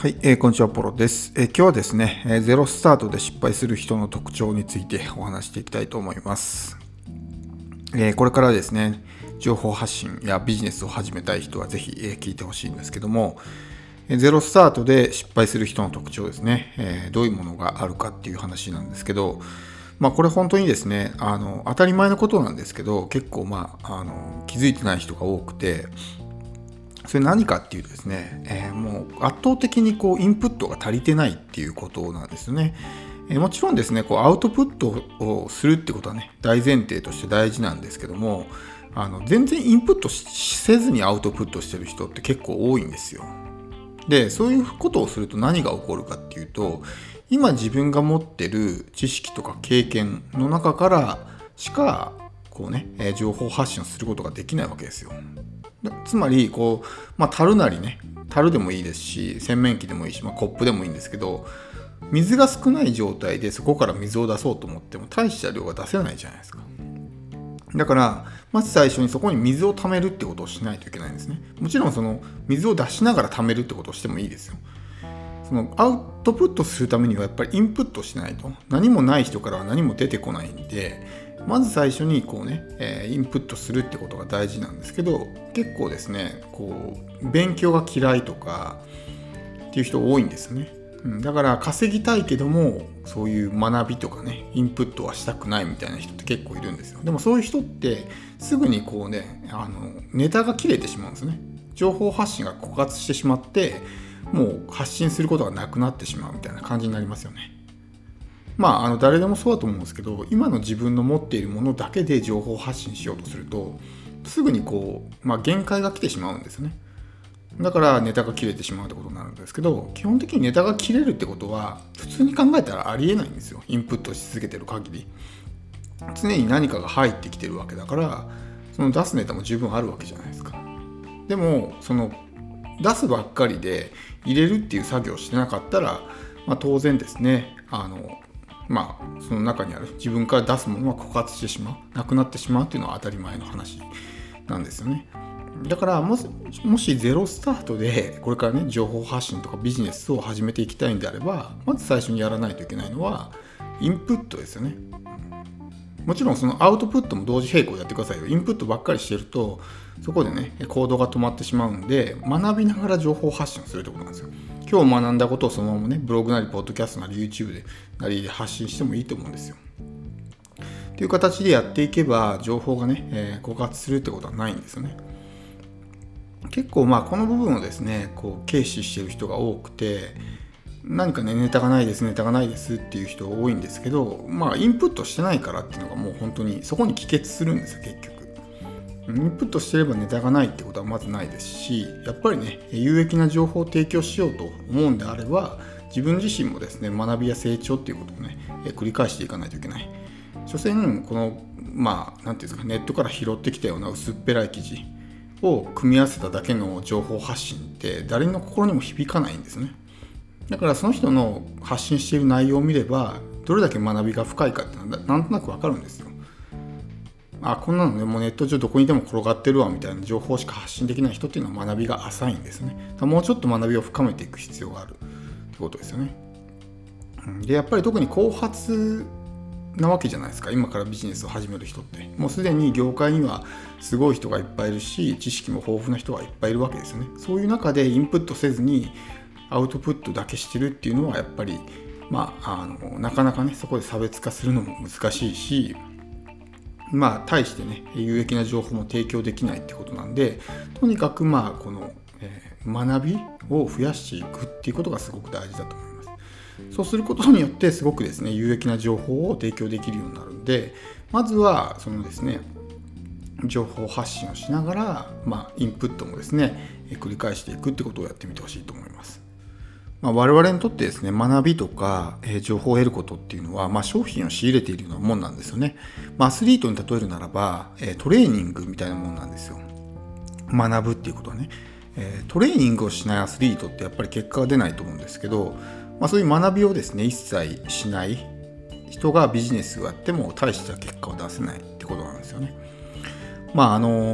はい、こんにちは、ポロです。今日はですね、ゼロスタートで失敗する人の特徴についてお話していきたいと思います。これからですね、情報発信やビジネスを始めたい人はぜひ、聞いてほしいんですけども、ゼロスタートで失敗する人の特徴ですね、どういうものがあるかっていう話なんですけど、これ本当にですね、当たり前のことなんですけど、結構気づいてない人が多くて、それ何かっていうとですね、もう圧倒的にインプットが足りてないっていうことなんですよね。もちろんですね、アウトプットをするってことはね、大前提として大事なんですけども、全然インプットせずにアウトプットしてる人って結構多いんですよ。で、そういうことをすると何が起こるかっていうと、今自分が持ってる知識とか経験の中からしか情報発信をすることができないわけですよ。つまり樽なりね、樽でもいいですし、洗面器でもいいし、コップでもいいんですけど、水が少ない状態でそこから水を出そうと思っても大した量が出せないじゃないですか。だからまず最初にそこに水を溜めるってことをしないといけないんですね。もちろんその水を出しながら溜めるってことをしてもいいですよ。そのアウトプットするためにはやっぱりインプットしないと、何もない人からは何も出てこないんで、まず最初にインプットするってことが大事なんですけど、結構ですね、勉強が嫌いとかっていう人多いんですよね。だから稼ぎたいけども、そういう学びとかね、インプットはしたくないみたいな人って結構いるんですよ。でもそういう人ってすぐにネタが切れてしまうんですね。情報発信が枯渇してしまって、もう発信することがなくなってしまうみたいな感じになりますよね。誰でもそうだと思うんですけど、今の自分の持っているものだけで情報発信しようとすると、すぐに限界が来てしまうんですよね。だからネタが切れてしまうってことになるんですけど、基本的にネタが切れるってことは普通に考えたらありえないんですよ。インプットし続けてる限り常に何かが入ってきてるわけだから、その出すネタも十分あるわけじゃないですか。でもその出すばっかりで入れるっていう作業をしてなかったら、当然ですね、その中にある自分から出すものは枯渇してしまう、なくなってしまうっていうのは当たり前の話なんですよね。だからもしゼロスタートでこれからね、情報発信とかビジネスを始めていきたいんであれば、まず最初にやらないといけないのはインプットですよね。もちろんそのアウトプットも同時並行でやってくださいよ。インプットばっかりしてるとそこでね、行動が止まってしまうんで、学びながら情報発信をするってことなんですよ。今日学んだことをそのままね、ブログなりポッドキャストなり YouTube でなりで発信してもいいと思うんですよ。っていう形でやっていけば情報がね、枯渇するってことはないんですよね。結構この部分をですね、軽視している人が多くて、何かね、ネタがないですっていう人多いんですけど、インプットしてないからっていうのがもう本当にそこに帰結するんですよ。結局インプットしてればネタがないってことはまずないですし、やっぱりね、有益な情報を提供しようと思うんであれば、自分自身もですね、学びや成長っていうことをね、繰り返していかないといけない。所詮なんていうんですか、ネットから拾ってきたような薄っぺらい記事を組み合わせただけの情報発信って誰の心にも響かないんですね。だからその人の発信している内容を見れば、どれだけ学びが深いかってなんとなくわかるんですよ。こんなのね、もうネット上どこにでも転がってるわみたいな情報しか発信できない人っていうのは学びが浅いんですね。もうちょっと学びを深めていく必要があるってことですよね。で、やっぱり特に後発なわけじゃないですか。今からビジネスを始める人ってもうすでに業界にはすごい人がいっぱいいるし、知識も豊富な人がいっぱいいるわけですよね。そういう中でインプットせずにアウトプットだけしてるっていうのはやっぱりなかなかね、そこで差別化するのも難しいし、対してね、有益な情報も提供できないってことなんで、とにかく学びを増やしていくっていうことがすごく大事だと思います。そうすることによってすごくですね、有益な情報を提供できるようになるんで、まずはそのですね、情報発信をしながら、インプットもですね、繰り返していくってことをやってみてほしいと思います。我々にとってですね、学びとか、情報を得ることっていうのは、商品を仕入れているようなもんなんですよね。アスリートに例えるならば、トレーニングみたいなもんなんですよ。学ぶっていうことはね、トレーニングをしないアスリートってやっぱり結果が出ないと思うんですけど、そういう学びをですね、一切しない人がビジネスをやっても大した結果を出せないってことなんですよね。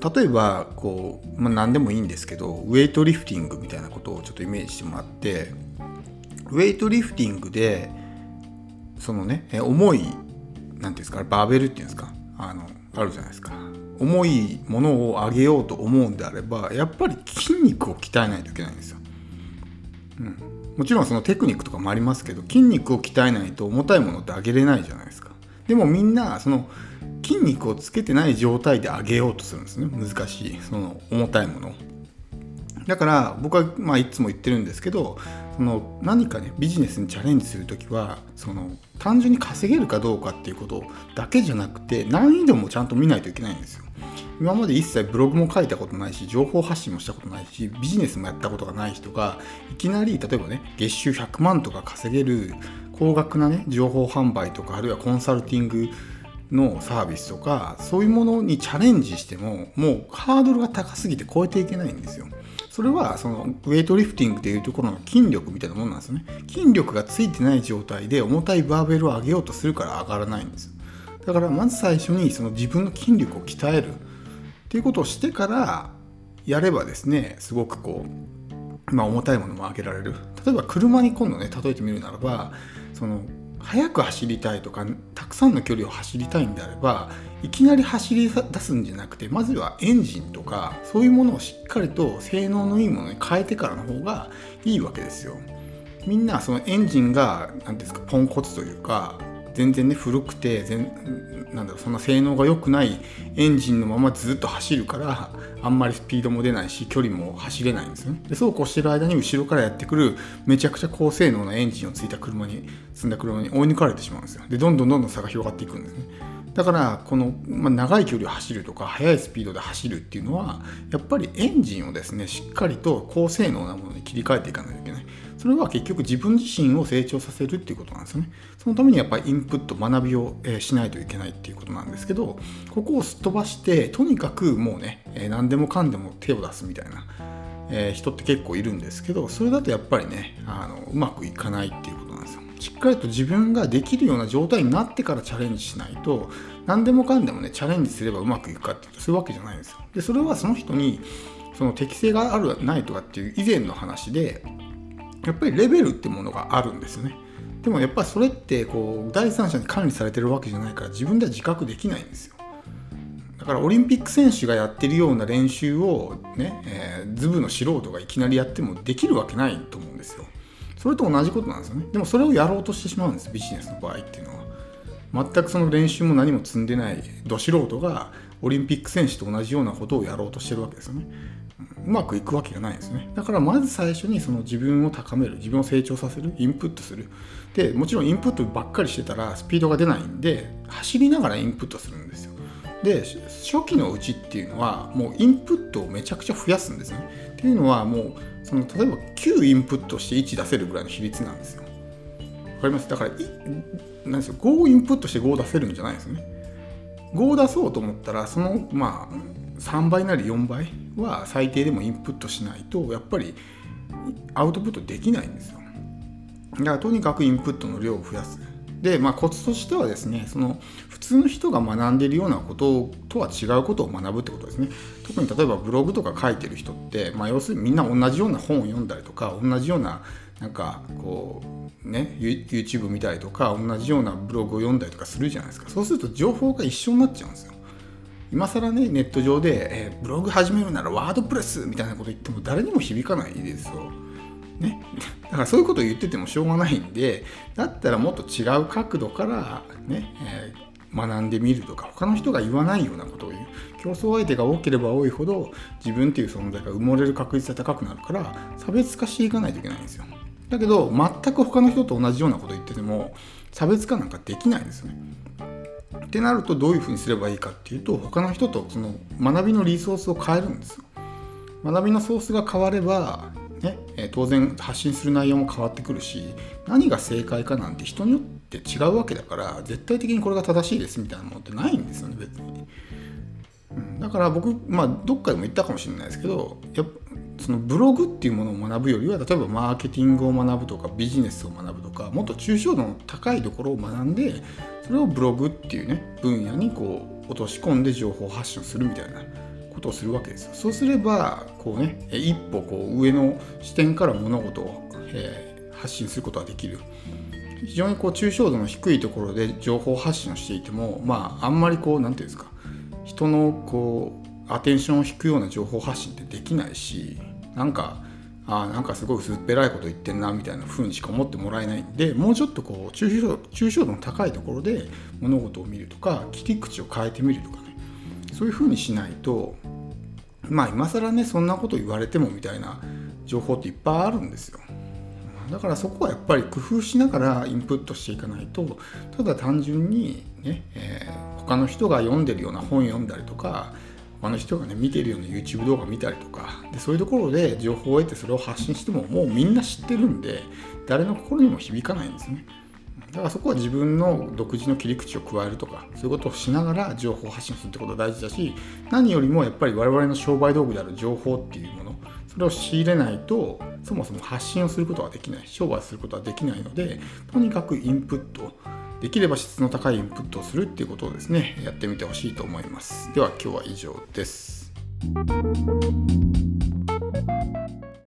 例えば何でもいいんですけど、ウェイトリフティングみたいなことをちょっとイメージしてもらって、ウェイトリフティングでそのね、重いなんていうんですか、バーベルっていうんですか、あるじゃないですか。重いものを上げようと思うんであれば、やっぱり筋肉を鍛えないといけないんですよ。もちろんそのテクニックとかもありますけど、筋肉を鍛えないと重たいものって上げれないじゃないですか。でもみんなその筋肉をつけてない状態で上げようとするんですね。難しいその重たいものを。だから僕はいつも言ってるんですけど、その何かねビジネスにチャレンジするときは、その単純に稼げるかどうかっていうことだけじゃなくて、難易度もちゃんと見ないといけないんですよ。今まで一切ブログも書いたことないし、情報発信もしたことないし、ビジネスもやったことがない人がいきなり例えばね月収100万とか稼げる高額なね情報販売とか、あるいはコンサルティングのサービスとか、そういうものにチャレンジしてももうハードルが高すぎて超えていけないんですよ。それはそのウェイトリフティングでいうところの筋力みたいなものなんですよね。筋力がついてない状態で重たいバーベルを上げようとするから上がらないんですよ。だからまず最初にその自分の筋力を鍛えるっていうことをしてからやればですね、すごく重たいものも上げられる。例えば車に今度ね例えてみるならば、その速く走りたいとかたくさんの距離を走りたいんであれば、いきなり走り出すんじゃなくて、まずはエンジンとかそういうものをしっかりと性能のいいものに変えてからの方がいいわけですよ。みんなそのエンジンが何ですか、ポンコツというか、全然ね古くてそんな性能が良くないエンジンのままずっと走るから、あんまりスピードも出ないし距離も走れないんですよね。でそうこうしてる間に後ろからやってくるめちゃくちゃ高性能なエンジンをついた車に積んだ車に追い抜かれてしまうんですよ。でどんどん差が広がっていくんですね。だから長い距離を走るとか速いスピードで走るっていうのは、やっぱりエンジンをですねしっかりと高性能なものに切り替えていかないといけない。それは結局自分自身を成長させるっていうことなんですよね。そのためにやっぱりインプット学びをしないといけないっていうことなんですけど、ここをすっ飛ばしてとにかくもうね何でもかんでも手を出すみたいな人って結構いるんですけど、それだとやっぱりねうまくいかないっていうことなんですよ。しっかりと自分ができるような状態になってからチャレンジしないと、何でもかんでもねチャレンジすればうまくいくかっていうとそういうわけじゃないんですよ。でそれはその人にその適性があるないとかっていう以前の話で、やっぱりレベルってものがあるんですよね。でもやっぱりそれって第三者に管理されてるわけじゃないから、自分では自覚できないんですよ。だからオリンピック選手がやってるような練習をね、ズブの素人がいきなりやってもできるわけないと思うんですよ。それと同じことなんですよね。でもそれをやろうとしてしまうんです、ビジネスの場合っていうのは。全くその練習も何も積んでないど素人がオリンピック選手と同じようなことをやろうとしてるわけですよね。うまくいくわけがないんですね。だからまず最初にその自分を高める、自分を成長させる、インプットする。でもちろんインプットばっかりしてたらスピードが出ないんで、走りながらインプットするんですよ。で初期のうちっていうのはもうインプットをめちゃくちゃ増やすんですね。っていうのはもう例えば9インプットして1出せるぐらいの比率なんですよ。わかります？だからなんですよ、5インプットして5出せるんじゃないですね。5出そうと思ったらその3倍なり4倍は最低でもインプットしないとやっぱりアウトプットできないんですよ。だからとにかくインプットの量を増やす。でコツとしてはですね、その普通の人が学んでいるようなこととは違うことを学ぶってことですね。特に例えばブログとか書いてる人って、要するにみんな同じような本を読んだりとか、同じようなYouTube 見たりとか、同じようなブログを読んだりとかするじゃないですか。そうすると情報が一緒になっちゃうんですよ。今更ねネット上で、ブログ始めるならワードプレスみたいなこと言っても誰にも響かないですよ。ね、だからそういうことを言っててもしょうがないんで、だったらもっと違う角度からね、学んでみるとか、他の人が言わないようなことを言う。競争相手が多ければ多いほど自分っていう存在が埋もれる確率が高くなるから、差別化していかないといけないんですよ。だけど全く他の人と同じようなことを言ってても差別化なんかできないですよね。ってなるとどういうふうにすればいいかっていうと、他の人とその学びのリソースを変えるんですよ。学びのソースが変われば当然発信する内容も変わってくるし、何が正解かなんて人によって違うわけだから、絶対的にこれが正しいですみたいなものってないんですよね、別に。だから僕、どっかでも言ったかもしれないですけど、そのブログっていうものを学ぶよりは、例えばマーケティングを学ぶとかビジネスを学ぶとか、もっと抽象度の高いところを学んで、それをブログっていうね分野に落とし込んで情報発信するみたいなこことをするわけですよ。そうすればこうね、一歩こう上の視点から物事を、発信することができる。非常にこう抽象度の低いところで情報発信をしていても、あんまりこうなんていうんですか、人のこうアテンションを引くような情報発信ってできないし、なんかすごい薄っぺらいこと言ってんなみたいな風にしか思ってもらえないんで、もうちょっとこう抽象度の高いところで物事を見るとか、切り口を変えてみるとかね、そういう風にしないと、今更ねそんなこと言われてもみたいな情報っていっぱいあるんですよ。だからそこはやっぱり工夫しながらインプットしていかないと、ただ単純にね、他の人が読んでるような本読んだりとか、他の人がね見てるような YouTube 動画見たりとかで、そういうところで情報を得てそれを発信してももうみんな知ってるんで、誰の心にも響かないんですね。だからそこは自分の独自の切り口を加えるとか、そういうことをしながら情報発信するってことが大事だし、何よりもやっぱり我々の商売道具である情報っていうもの、それを仕入れないとそもそも発信をすることはできない、商売することはできないので、とにかくインプット、できれば質の高いインプットをするっていうことをですね、やってみてほしいと思います。では今日は以上です。